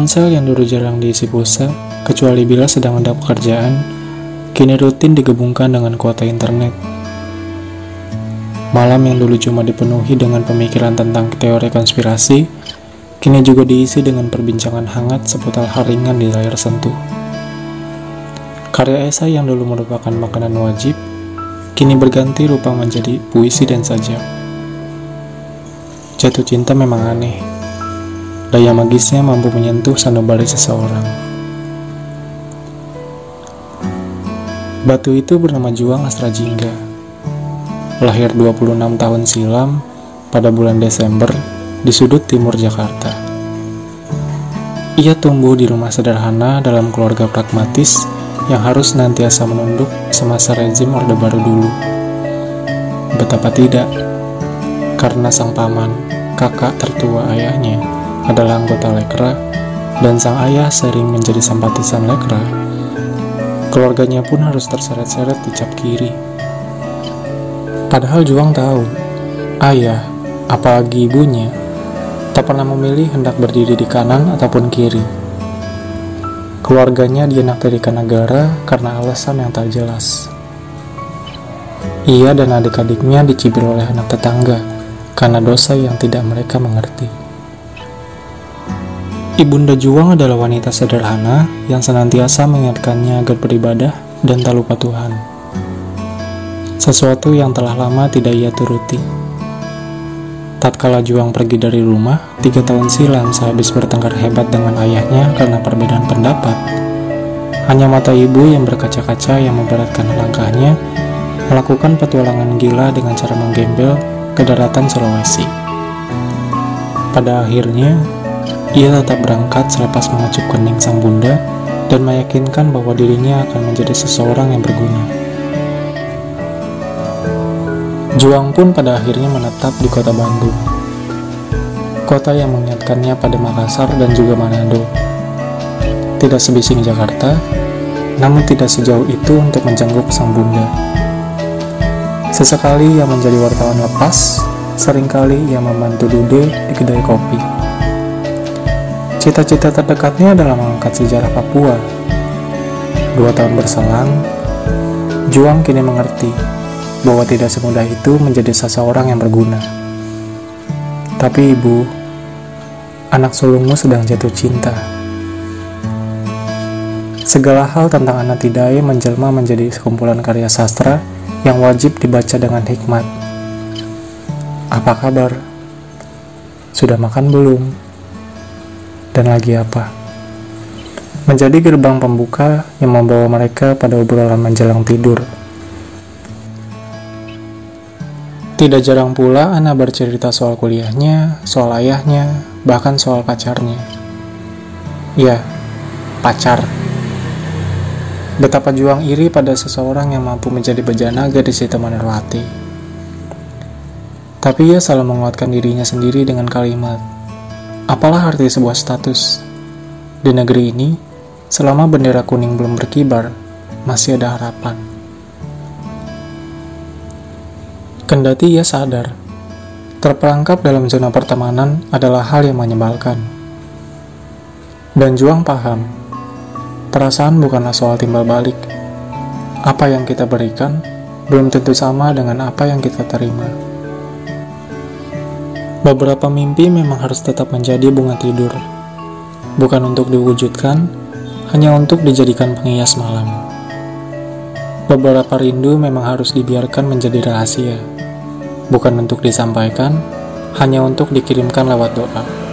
Ponsel yang dulu jarang diisi pulsa, kecuali bila sedang ada pekerjaan, kini rutin digabungkan dengan kuota internet. Malam yang dulu cuma dipenuhi dengan pemikiran tentang teori konspirasi, kini juga diisi dengan perbincangan hangat seputar hal ringan di layar sentuh. Karya esai yang dulu merupakan makanan wajib, kini berganti rupa menjadi puisi dan sajak. Jatuh cinta memang aneh. Daya magisnya mampu menyentuh sanubari seseorang. Batu itu bernama Juang Astra Jingga. Lahir 26 tahun silam pada bulan Desember di sudut timur Jakarta. Ia tumbuh di rumah sederhana dalam keluarga pragmatis yang harus senantiasa menunduk semasa rezim Orde Baru dulu. Betapa tidak, karena sang paman, kakak tertua ayahnya, adalah anggota Lekra, dan sang ayah sering menjadi simpatisan Lekra. Keluarganya pun harus terseret-seret di cap kiri. Padahal Juang tahu, ayah, apalagi ibunya, tak pernah memilih hendak berdiri di kanan ataupun kiri. Keluarganya dianaktirikan negara karena alasan yang tak jelas. Ia dan adik-adiknya dicibir oleh anak tetangga karena dosa yang tidak mereka mengerti. Ibunda Juang adalah wanita sederhana yang senantiasa mengingatkannya agar beribadah dan tak lupa Tuhan. Sesuatu yang telah lama tidak ia turuti. Tatkala Juang pergi dari rumah 3 tahun silam sehabis bertengkar hebat dengan ayahnya karena perbedaan pendapat, hanya mata ibu yang berkaca-kaca yang memberatkan langkahnya melakukan petualangan gila dengan cara menggembel ke daratan Sulawesi. Pada akhirnya, ia tetap berangkat selepas mengecup kening sang bunda dan meyakinkan bahwa dirinya akan menjadi seseorang yang berguna. Juang pun pada akhirnya menetap di kota Bandung, kota yang mengingatkannya pada Makassar dan juga Manado. Tidak sebising Jakarta, namun tidak sejauh itu untuk menjenguk sang bunda. Sesekali ia menjadi wartawan lepas, seringkali ia membantu Dude di kedai kopi. Cita-cita terdekatnya adalah mengangkat sejarah Papua. 2 tahun berselang, Juang kini mengerti bahwa tidak semudah itu menjadi seseorang yang berguna. Tapi ibu, anak sulungmu sedang jatuh cinta. Segala hal tentang anak Tidai menjelma menjadi sekumpulan karya sastra yang wajib dibaca dengan hikmat. Apa kabar? Sudah makan belum? Dan lagi apa? Menjadi gerbang pembuka yang membawa mereka pada obrolan menjelang tidur. Tidak jarang pula Ana bercerita soal kuliahnya, soal ayahnya, bahkan soal pacarnya. Ya, pacar. Betapa Juang iri pada seseorang yang mampu menjadi bejana gadis Siti Manirwati. Tapi ia selalu menguatkan dirinya sendiri dengan kalimat, apalah arti sebuah status? Di negeri ini, selama bendera kuning belum berkibar, masih ada harapan. Kendati ia sadar, terperangkap dalam zona pertemanan adalah hal yang menyebalkan. Dan Juang paham, perasaan bukanlah soal timbal balik. Apa yang kita berikan, belum tentu sama dengan apa yang kita terima. Beberapa mimpi memang harus tetap menjadi bunga tidur, bukan untuk diwujudkan, hanya untuk dijadikan penghias malam. Beberapa rindu memang harus dibiarkan menjadi rahasia, bukan untuk disampaikan, hanya untuk dikirimkan lewat doa.